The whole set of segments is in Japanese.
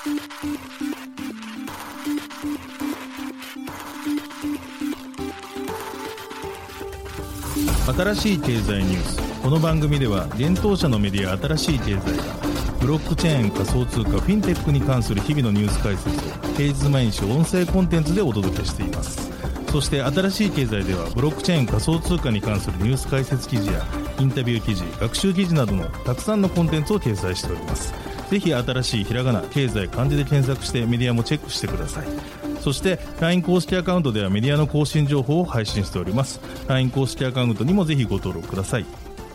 新しい経済ニュース。この番組では現当社のメディア新しい経済がブロックチェーン、仮想通貨、フィンテックに関する日々のニュース解説を平日毎日音声コンテンツでお届けしています。そして新しい経済ではブロックチェーン、仮想通貨に関するニュース解説記事やインタビュー記事、学習記事などのたくさんのコンテンツを掲載しております。ぜひ新しいひらがな、経済、漢字で検索してメディアもチェックしてください。そして LINE 公式アカウントではメディアの更新情報を配信しております。 LINE 公式アカウントにもぜひご登録ください。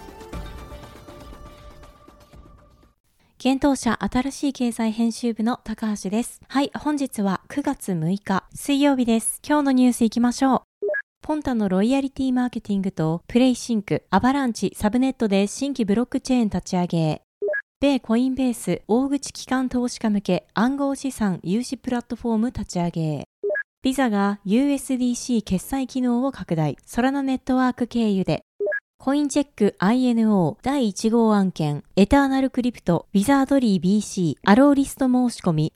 現当社新しい経済編集部の高橋です。はい、本日は9月6日水曜日です。今日のニュースいきましょう。ポンタのロイヤリティマーケティングとプレイシンク、アバランチ、サブネットで新規ブロックチェーン立ち上げ。米コインベース、大口機関投資家向け暗号資産融資プラットフォーム立ち上げ。ビザが USDC 決済機能を拡大、ソラナネットワーク経由で。コインチェック INO 第1号案件、エターナルクリプト、ウィザードリー BC、アローリスト申し込み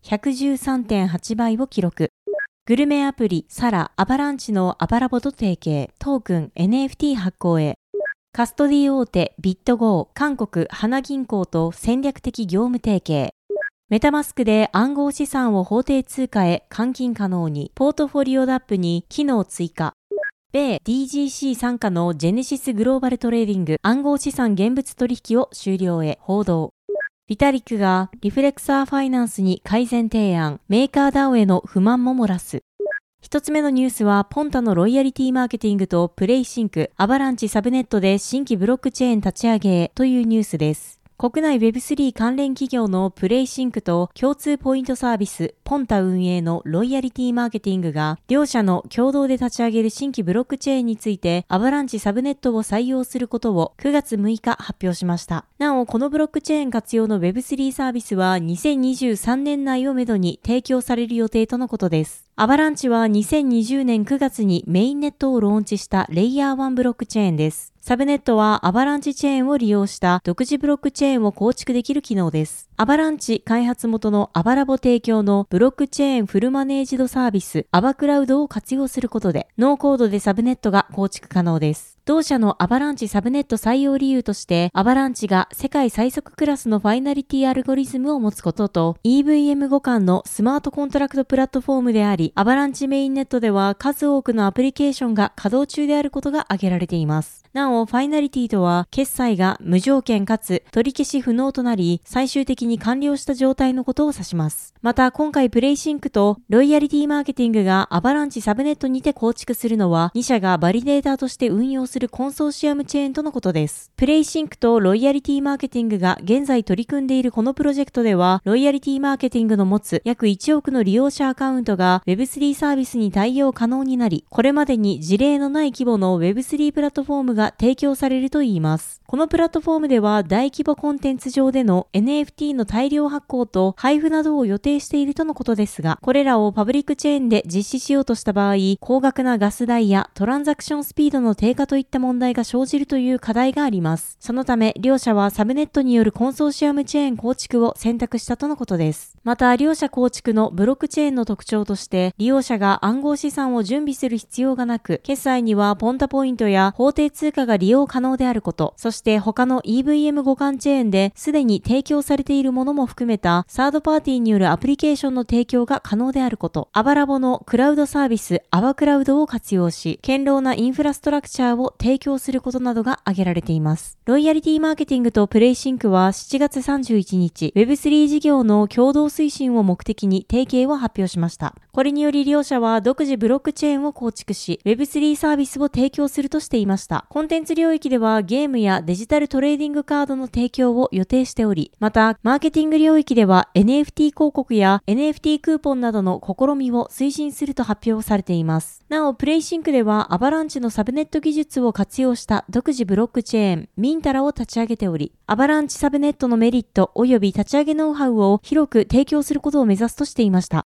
113.8 倍を記録。グルメアプリ、サラ、アバランチのアバラボと提携、トークン NFT 発行へ。カストディ大手ビットゴー、韓国花銀行と戦略的業務提携。メタマスクで暗号資産を法定通貨へ換金可能に、ポートフォリオダップに機能追加。米 DGC 傘下のジェネシスグローバルトレーディング暗号資産現物取引を終了へ報道。ビタリックがリフレクサーファイナンスに改善提案、メーカーダウへの不満も漏らす。一つ目のニュースは、ポンタのロイヤリティマーケティングとプレイシンク、アバランチサブネットで新規ブロックチェーン立ち上げへというニュースです。国内 Web3 関連企業のプレイシンクと共通ポイントサービス、ポンタ運営のロイヤリティマーケティングが、両社の共同で立ち上げる新規ブロックチェーンについて、アバランチサブネットを採用することを9月6日発表しました。なお、このブロックチェーン活用の Web3 サービスは2023年内をめどに提供される予定とのことです。アバランチは2020年9月にメインネットをローンチしたレイヤー1ブロックチェーンです。サブネットはアバランチチェーンを利用した独自ブロックチェーンを構築できる機能です。アバランチ開発元のアバラボ提供のブロックチェーンフルマネージドサービスアバクラウドを活用することで、ノーコードでサブネットが構築可能です。同社のアバランチサブネット採用理由として、アバランチが世界最速クラスのファイナリティアルゴリズムを持つことと、EVM 互換のスマートコントラクトプラットフォームであり、アバランチメインネットでは数多くのアプリケーションが稼働中であることが挙げられています。なお、ファイナリティとは、決済が無条件かつ取り消し不能となり、最終的に完了した状態のことを指します。また、今回プレイシンクとロイヤリティマーケティングがアバランチサブネットにて構築するのは、2社がバリデータとして運用するコンソーシアムチェーンとのことです。プレイシンクとロイヤリティマーケティングが現在取り組んでいるこのプロジェクトでは、ロイヤリティマーケティングの持つ約1億の利用者アカウントが Web3 サービスに対応可能になり、これまでに事例のない規模の Web3 プラットフォームが提供されるといいます。このプラットフォームでは大規模コンテンツ上での NFT の大量発行と配布などを予定しているとのことですが、これらをパブリックチェーンで実施しようとした場合、高額なガス代やトランザクションスピードの低下といった問題が生じるという課題があります。そのため、両社はサブネットによるコンソーシアムチェーン構築を選択したとのことです。また、両社構築のブロックチェーンの特徴として、利用者が暗号資産を準備する必要がなく、決済にはポンタポイントや法定通貨が利用可能であること、そして他の EVM 互換チェーンですでに提供されているものも含めたサードパーティーによるアプリケーションの提供が可能であること、アバラボのクラウドサービスアバクラウドを活用し、堅牢なインフラストラクチャーを提供することなどが挙げられています。ロイヤリティマーケティングとプレイシンクは7月31日、Web3 事業の共同推進を目的に提携を発表しました。これにより両社は独自ブロックチェーンを構築し、Web3 サービスを提供するとしていました。コンテンツ領域ではゲームやデジタルトレーディングカードの提供を予定しており、また、マーケティング領域では NFT 広告や NFT クーポンなどの試みを推進すると発表されています。なお、プレイシンクではアバランチのサブネット技術を活用した独自ブロックチェーン、ミンタラを立ち上げており、アバランチサブネットのメリット及び立ち上げノウハウを広く提供することを目指すとしていました。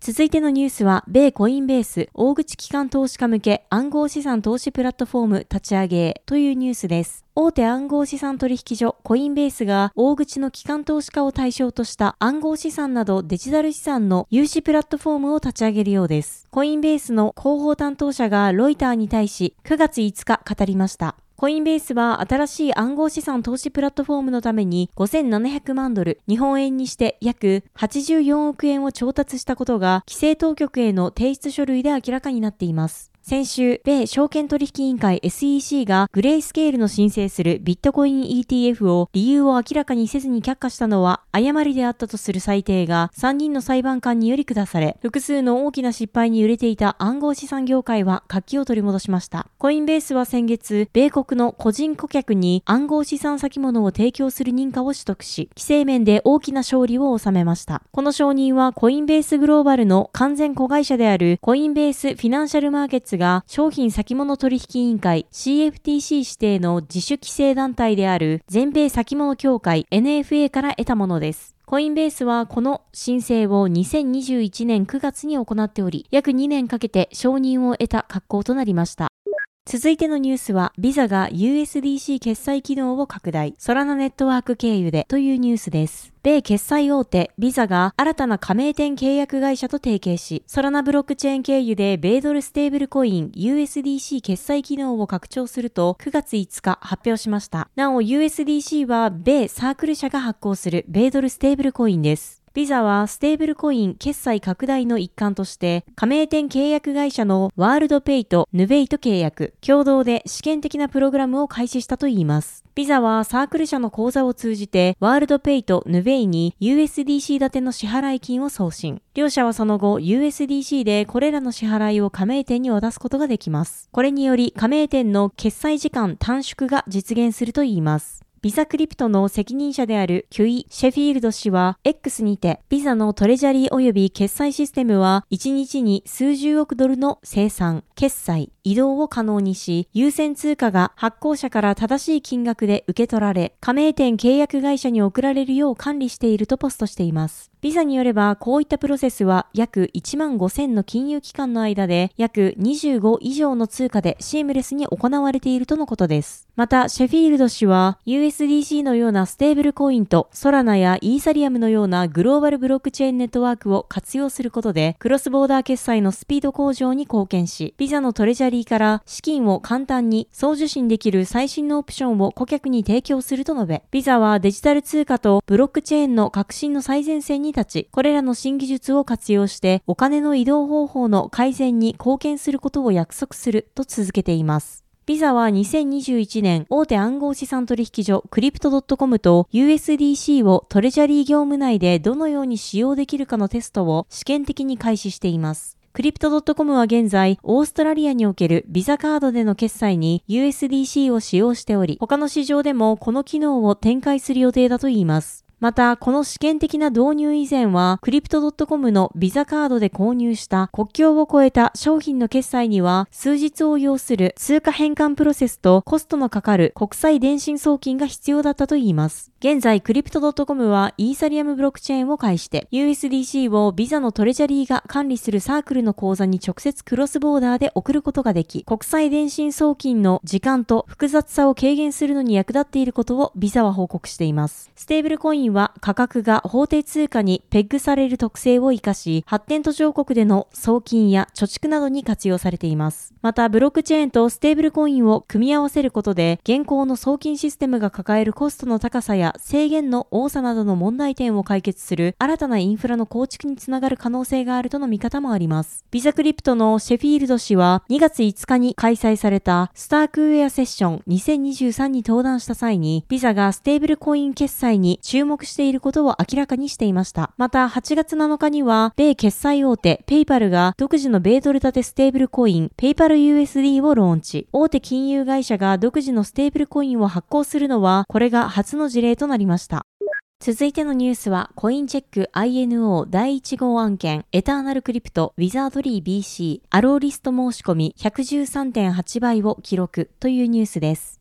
続いてのニュースは、米コインベース大口機関投資家向け暗号資産投資プラットフォーム立ち上げへというニュースです。大手暗号資産取引所コインベースが大口の機関投資家を対象とした暗号資産などデジタル資産の融資プラットフォームを立ち上げるようです。コインベースの広報担当者がロイターに対し9月5日語りました。コインベースは新しい暗号資産投資プラットフォームのために5700万ドル、日本円にして約84億円を調達したことが規制当局への提出書類で明らかになっています。先週、米証券取引委員会 SEC がグレイスケールの申請するビットコイン ETF を理由を明らかにせずに却下したのは誤りであったとする裁定が3人の裁判官により下され、複数の大きな失敗に揺れていた暗号資産業界は活気を取り戻しました。コインベースは先月、米国の個人顧客に暗号資産先物を提供する認可を取得し、規制面で大きな勝利を収めました。この承認はコインベースグローバルの完全子会社であるコインベースフィナンシャルマーケッツが商品先物取引委員会 CFTC 指定の自主規制団体である全米先物協会 NFA から得たものです。コインベースはこの申請を2021年9月に行っており、約2年かけて承認を得た格好となりました。続いてのニュースは、ビザが USDC 決済機能を拡大、ソラナネットワーク経由でというニュースです。米決済大手ビザが新たな加盟店契約会社と提携し、ソラナブロックチェーン経由で米ドルステーブルコイン USDC 決済機能を拡張すると9月5日発表しました。なお USDC は米サークル社が発行する米ドルステーブルコインです。ビザはステーブルコイン決済拡大の一環として加盟店契約会社のワールドペイとヌベイと契約、共同で試験的なプログラムを開始したといいます。ビザはサークル社の口座を通じてワールドペイとヌベイに USDC 建ての支払い金を送信。両社はその後 USDC でこれらの支払いを加盟店に渡すことができます。これにより加盟店の決済時間短縮が実現するといいます。ビザクリプトの責任者であるキュイ・シェフィールド氏は X にてビザのトレジャリー及び決済システムは1日に数十億ドルの生産、決済、移動を可能にし、優先通貨が発行者から正しい金額で受け取られ、加盟店契約会社に送られるよう管理しているとポストしています。ビザによればこういったプロセスは約1万5000の金融機関の間で約25以上の通貨でシームレスに行われているとのことです。またシェフィールド氏は USDC のようなステーブルコインとソラナやイーサリアムのようなグローバルブロックチェーンネットワークを活用することでクロスボーダー決済のスピード向上に貢献し、ビザのトレジャリーから資金を簡単に送受信できる最新のオプションを顧客に提供すると述べ、ビザはデジタル通貨とブロックチェーンの革新の最前線に立ち、これらの新技術を活用してお金の移動方法の改善に貢献することを約束すると続けています。ビザは2021年大手暗号資産取引所クリプト .com と USDC をトレジャリー業務内でどのように使用できるかのテストを試験的に開始しています。クリプト .com は現在、オーストラリアにおけるビザカードでの決済に USDC を使用しており、他の市場でもこの機能を展開する予定だといいます。また、この試験的な導入以前は、クリプト .com のビザカードで購入した国境を越えた商品の決済には、数日を要する通貨変換プロセスとコストのかかる国際電信送金が必要だったといいます。現在、クリプト .com はイーサリアムブロックチェーンを介して、USDC をビザのトレジャリーが管理するサークルの口座に直接クロスボーダーで送ることができ、国際電信送金の時間と複雑さを軽減するのに役立っていることをビザは報告しています。ステーブルコインは価格が法定通貨にペッグされる特性を生かし、発展途上国での送金や貯蓄などに活用されています。また、ブロックチェーンとステーブルコインを組み合わせることで、現行の送金システムが抱えるコストの高さや制限の多さなどの問題点を解決する新たなインフラの構築につながる可能性があるとの見方もあります。ビザクリプトのシェフィールド氏は2月5日に開催されたスタークウェアセッション2023に登壇した際に、ビザがステーブルコイン決済に注目していることを明らかにしていました。また8月7日には米決済大手ペイパルが独自の米ドル建てステーブルコインペイパル USD をローンチ。大手金融会社が独自のステーブルコインを発行するのはこれが初の事例となりました。続いてのニュースは、コインチェック INO 第1号案件、エターナルクリプト、ウィザードリー BC、アローリスト申し込み 113.8 倍を記録というニュースです。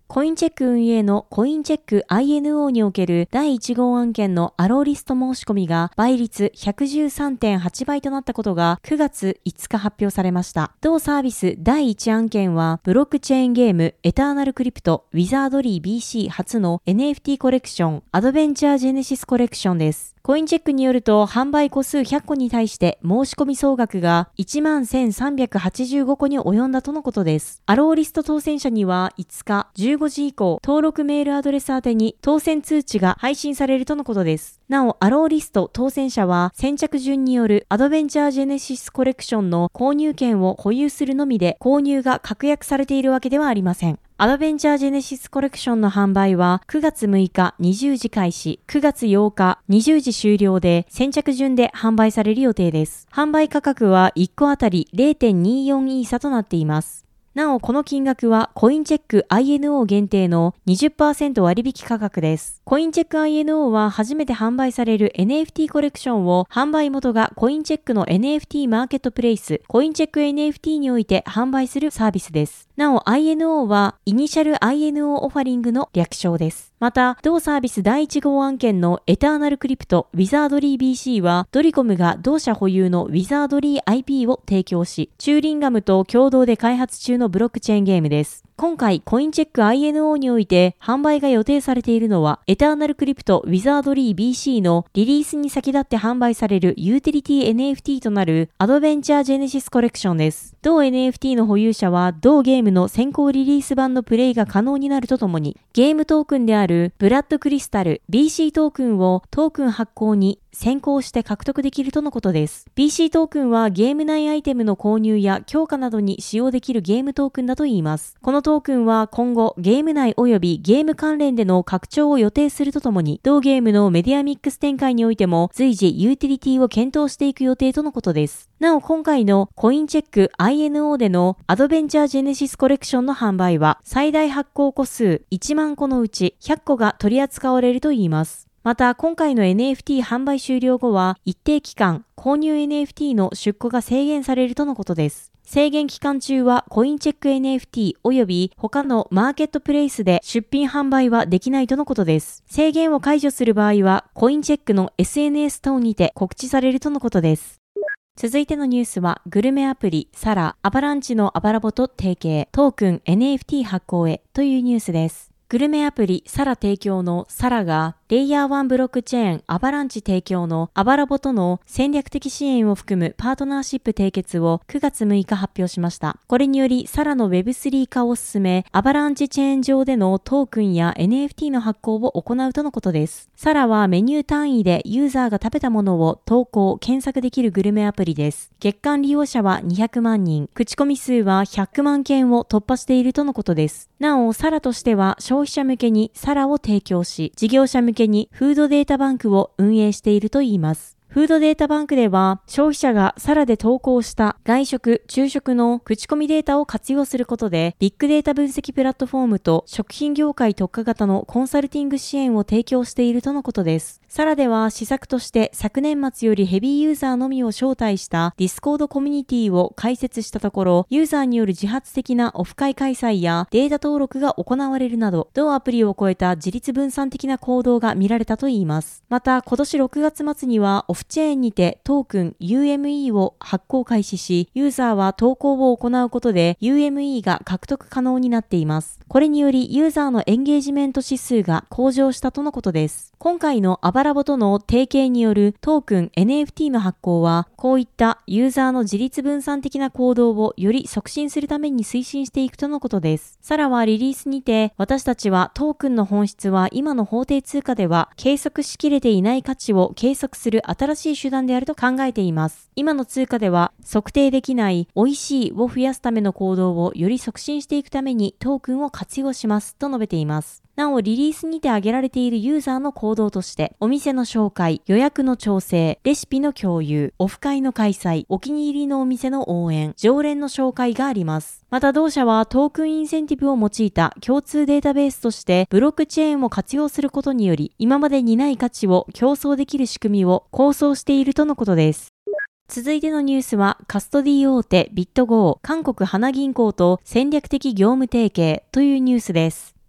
コインチェック運営のコインチェック INO における第1号案件のアローリスト申し込みが倍率 113.8 倍となったことが9月5日発表されました。同サービス第1案件はブロックチェーンゲームエターナルクリプトウィザードリー BC 初の NFT コレクションアドベンチャージェネシスコレクションです。コインチェックによると販売個数100個に対して申し込み総額が 11,385 個に及んだとのことです。アローリスト当選者には5日15時以降登録メールアドレス宛てに当選通知が配信されるとのことです。なおアローリスト当選者は先着順によるアドベンチャージェネシスコレクションの購入権を保有するのみで購入が確約されているわけではありません。アドベンチャージェネシスコレクションの販売は9月6日20時開始、9月8日20時終了で先着順で販売される予定です。販売価格は1個あたり 0.24 イーサとなっています。なお、この金額はコインチェック INO 限定の 20% 割引価格です。コインチェック INO は初めて販売される NFT コレクションを販売元がコインチェックの NFT マーケットプレイス、コインチェック NFT において販売するサービスです。なお、INO はイニシャル INO オファリングの略称です。また、同サービス第1号案件のエターナルクリプトウィザードリー BC はドリコムが同社保有のウィザードリー IP を提供し、チューリンガムと共同で開発中のブロックチェーンゲームです。今回、コインチェック INO において販売が予定されているのは、エターナルクリプトウィザードリー BC のリリースに先立って販売されるユーティリティ NFT となるアドベンチャージェネシスコレクションです。同 NFT の保有者は、同ゲームの先行リリース版のプレイが可能になるとともに、ゲームトークンであるブラッドクリスタル BC トークンをトークン発行に先行して獲得できるとのことです。BC トークンはゲーム内アイテムの購入や強化などに使用できるゲームトークンだといいます。このトークンは今後ゲーム内及びゲーム関連での拡張を予定するとともに、同ゲームのメディアミックス展開においても随時ユーティリティを検討していく予定とのことです。なお今回のコインチェック INO でのアドベンチャージェネシスコレクションの販売は最大発行個数1万個のうち100個が取り扱われるといいます。また、今回の NFT 販売終了後は、一定期間、購入 NFT の出庫が制限されるとのことです。制限期間中は、コインチェック NFT 及び他のマーケットプレイスで出品販売はできないとのことです。制限を解除する場合は、コインチェックの SNS 等にて告知されるとのことです。続いてのニュースは、グルメアプリ、サラ、アバランチのアバラボと提携、トークン NFT 発行へというニュースです。グルメアプリサラ提供のサラがレイヤー1ブロックチェーンアバランチ提供のアバラボとの戦略的支援を含むパートナーシップ締結を9月6日発表しました。これによりサラの Web3 化を進め、アバランチチェーン上でのトークンや NFT の発行を行うとのことです。サラはメニュー単位でユーザーが食べたものを投稿、検索できるグルメアプリです。月間利用者は200万人、口コミ数は100万件を突破しているとのことです。なお、サラとしては消費者向けにサラを提供し、事業者向けにフードデータバンクを運営しているといいます。フードデータバンクでは消費者がサラで投稿した外食・昼食の口コミデータを活用することでビッグデータ分析プラットフォームと食品業界特化型のコンサルティング支援を提供しているとのことです。サラでは施策として昨年末よりヘビーユーザーのみを招待したディスコードコミュニティを開設したところ、ユーザーによる自発的なオフ会開催やデータ登録が行われるなど、同アプリを超えた自立分散的な行動が見られたといいます。また今年6月末にはオフチェーンにてトークン UME を発行開始し、ユーザーは投稿を行うことで UME が獲得可能になっています。これによりユーザーのエンゲージメント指数が向上したとのことです。今回のアバラボとの提携によるトークン NFT の発行は、こういったユーザーの自立分散的な行動をより促進するために推進していくとのことです。サラはリリースにて、私たちはトークンの本質は今の法定通貨では計測しきれていない価値を計測する新しい手段であると考えています。今の通貨では測定できない美味しいを増やすための行動をより促進していくためにトークンを活用しますと述べています。なおリリースにて挙げられているユーザーの行動として、お店の紹介、予約の調整、レシピの共有、オフ会の開催、お気に入りのお店の応援、常連の紹介があります。また同社はトークンインセンティブを用いた共通データベースとしてブロックチェーンを活用することにより、今までにない価値を競争できる仕組みを構想しているとのことです。続いてのニュースは、カストディ大手ビットゴー、韓国花銀行と戦略的業務提携というニュースです。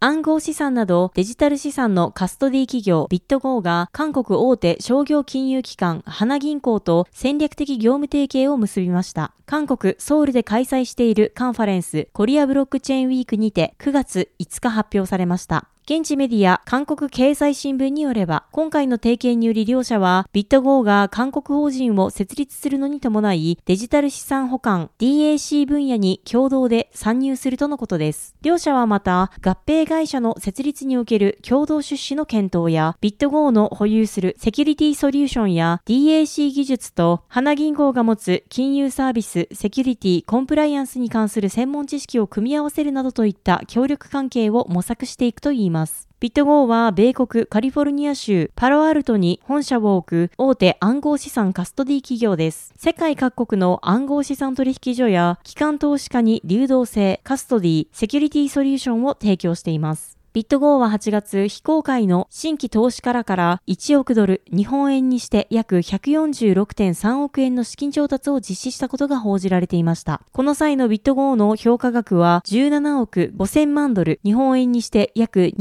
暗号資産などデジタル資産のカストディ企業ビットゴーが韓国大手商業金融機関ハナ銀行と戦略的業務提携を結びました。韓国ソウルで開催しているカンファレンスコリアブロックチェーンウィークにて9月5日発表されました。現地メディア韓国経済新聞によれば、今回の提携により両社はビットゴーが韓国法人を設立するのに伴いデジタル資産保管 DAC 分野に共同で参入するとのことです。両社はまた合併会社の設立における共同出資の検討やビットゴーの保有するセキュリティソリューションや DAC 技術とハナ銀行が持つ金融サービス、セキュリティ、コンプライアンスに関する専門知識を組み合わせるなどといった協力関係を模索していくといいます。ビットゴーは米国カリフォルニア州パロアルトに本社を置く大手暗号資産カストディ企業です。世界各国の暗号資産取引所や機関投資家に流動性、カストディ、セキュリティソリューションを提供しています。ビットゴーは8月、非公開の新規投資家らから1億ドル、日本円にして約 146.3 億円の資金調達を実施したことが報じられていました。この際のビットゴーの評価額は17億5000万ドル、日本円にして約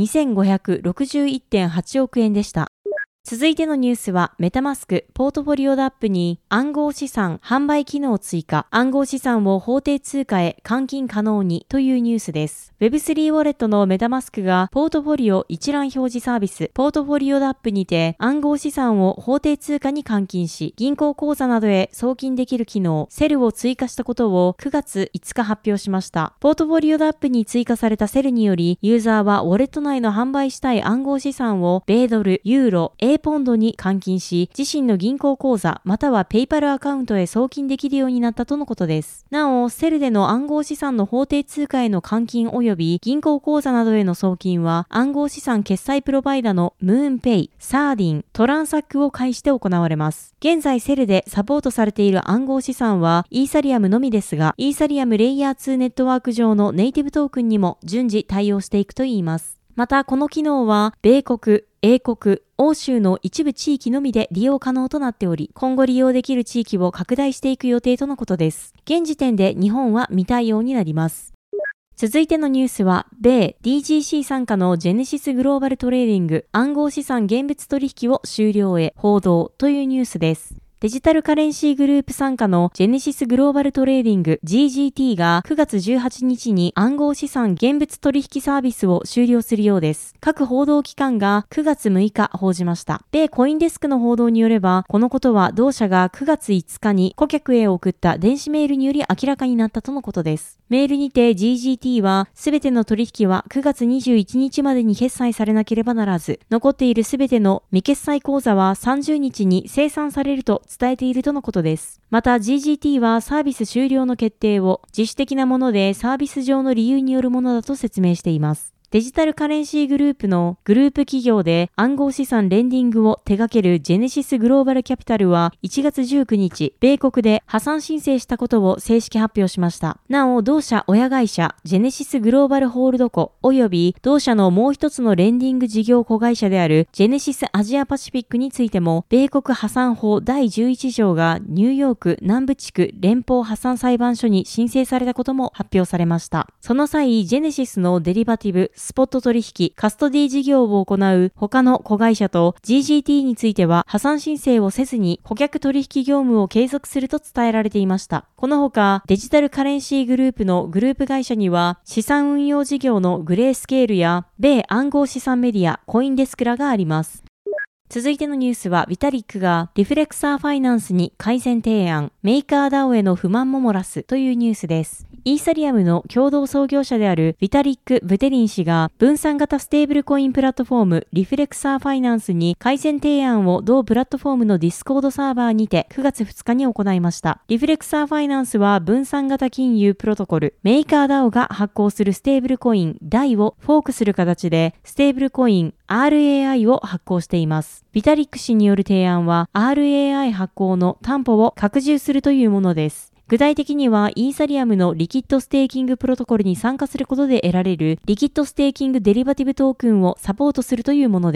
2561.8 億円でした。続いてのニュースはメタマスクポートフォリオダップに暗号資産販売機能追加、暗号資産を法定通貨へ換金可能にというニュースです。Web3 ウォレットのメタマスクがポートフォリオ一覧表示サービスポートフォリオダップにて暗号資産を法定通貨に換金し、銀行口座などへ送金できる機能セルを追加したことを9月5日発表しました。ポートフォリオダップに追加されたセルにより、ユーザーはウォレット内の販売したい暗号資産を米ドル、ユーロ、ポンドに換金し、自身の銀行口座またはペイパルアカウントへ送金できるようになったとのことです。なお、セルでの暗号資産の法定通貨への換金及び銀行口座などへの送金は暗号資産決済プロバイダのムーンペイ、サーディン、トランサックを介して行われます。現在セルでサポートされている暗号資産はイーサリアムのみですが、イーサリアムレイヤー2ネットワーク上のネイティブトークンにも順次対応していくといいます。またこの機能は米国、英国、欧州の一部地域のみで利用可能となっており、今後利用できる地域を拡大していく予定とのことです。現時点で日本は未対応になります。続いてのニュースは、米 DGC 傘下のジェネシスグローバルトレーディング暗号資産現物取引を終了へ報道というニュースです。デジタルカレンシーグループ傘下のジェネシスグローバルトレーディング GGT が9月18日に暗号資産現物取引サービスを終了するようです。各報道機関が9月6日報じました。米コインデスクの報道によれば、このことは同社が9月5日に顧客へ送った電子メールにより明らかになったとのことです。メールにて GGT はすべての取引は9月21日までに決済されなければならず、残っているすべての未決済口座は30日に清算されると伝えているとのことです。また GGT はサービス終了の決定を自主的なものでサービス上の理由によるものだと説明しています。デジタルカレンシーグループのグループ企業で暗号資産レンディングを手掛けるジェネシスグローバルキャピタルは1月19日、米国で破産申請したことを正式発表しました。なお、同社親会社ジェネシスグローバルホールドコ及び同社のもう一つのレンディング事業子会社であるジェネシスアジアパシフィックについても、米国破産法第11条がニューヨーク南部地区連邦破産裁判所に申請されたことも発表されました。その際、ジェネシスのデリバティブスポット取引、カストディ事業を行う他の子会社と GGT については破産申請をせずに顧客取引業務を継続すると伝えられていました。この他、デジタルカレンシーグループのグループ会社には資産運用事業のグレースケールや米暗号資産メディアコインデスクらがあります。続いてのニュースは、ビタリックがリフレクサーファイナンスに改善提案、メーカー DAO への不満も漏らすというニュースです。イーサリアムの共同創業者であるビタリック・ブテリン氏が分散型ステーブルコインプラットフォームリフレクサーファイナンスに改善提案を同プラットフォームのディスコードサーバーにて9月2日に行いました。リフレクサーファイナンスは分散型金融プロトコルメーカー DAO が発行するステーブルコイン DAI をフォークする形でステーブルコイン RAI を発行しています。ビタリック氏による提案は RAI 発行の担保を拡充するというものです。具体的にはイーサリアムのリキッドステーキングプロトコルに参加することで得られるリキッドステーキングデリバティブトークンをサポートするというものです。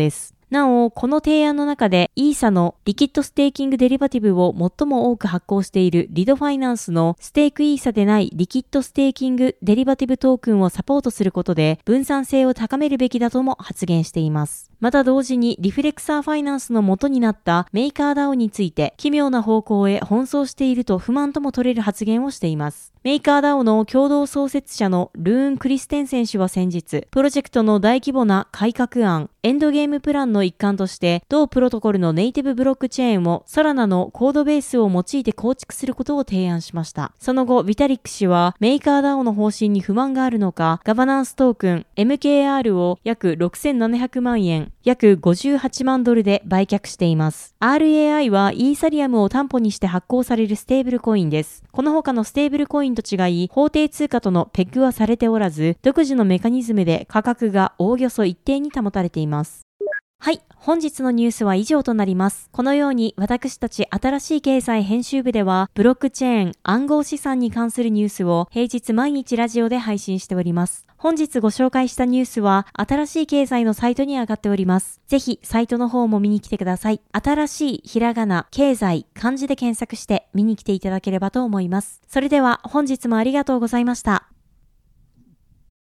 なお、この提案の中で、イーサのリキッドステーキングデリバティブを最も多く発行しているリドファイナンスのステークイーサでないリキッドステーキングデリバティブトークンをサポートすることで、分散性を高めるべきだとも発言しています。また同時にリフレクサーファイナンスの元になったメーカー DAO について奇妙な方向へ奔走していると不満とも取れる発言をしています。メーカー DAO の共同創設者のルーン・クリステンセン氏は先日、プロジェクトの大規模な改革案、エンドゲームプランの一環として、同プロトコルのネイティブブロックチェーンをソラナのコードベースを用いて構築することを提案しました。その後、ビタリック氏はメーカー DAO の方針に不満があるのか、ガバナンストークン MKR を約6700万円、約58万ドルで売却しています。RAI はイーサリアムを担保にして発行されるステーブルコインです。この他のステーブルコインと違い、法定通貨とのペッグはされておらず、独自のメカニズムで価格がおおよそ一定に保たれています。はい、本日のニュースは以上となります。このように私たち新しい経済編集部では、ブロックチェーン、暗号資産に関するニュースを平日毎日ラジオで配信しております。本日ご紹介したニュースは、新しい経済のサイトに上がっております。ぜひ、サイトの方も見に来てください。新しいひらがな、経済、漢字で検索して見に来ていただければと思います。それでは、本日もありがとうございました。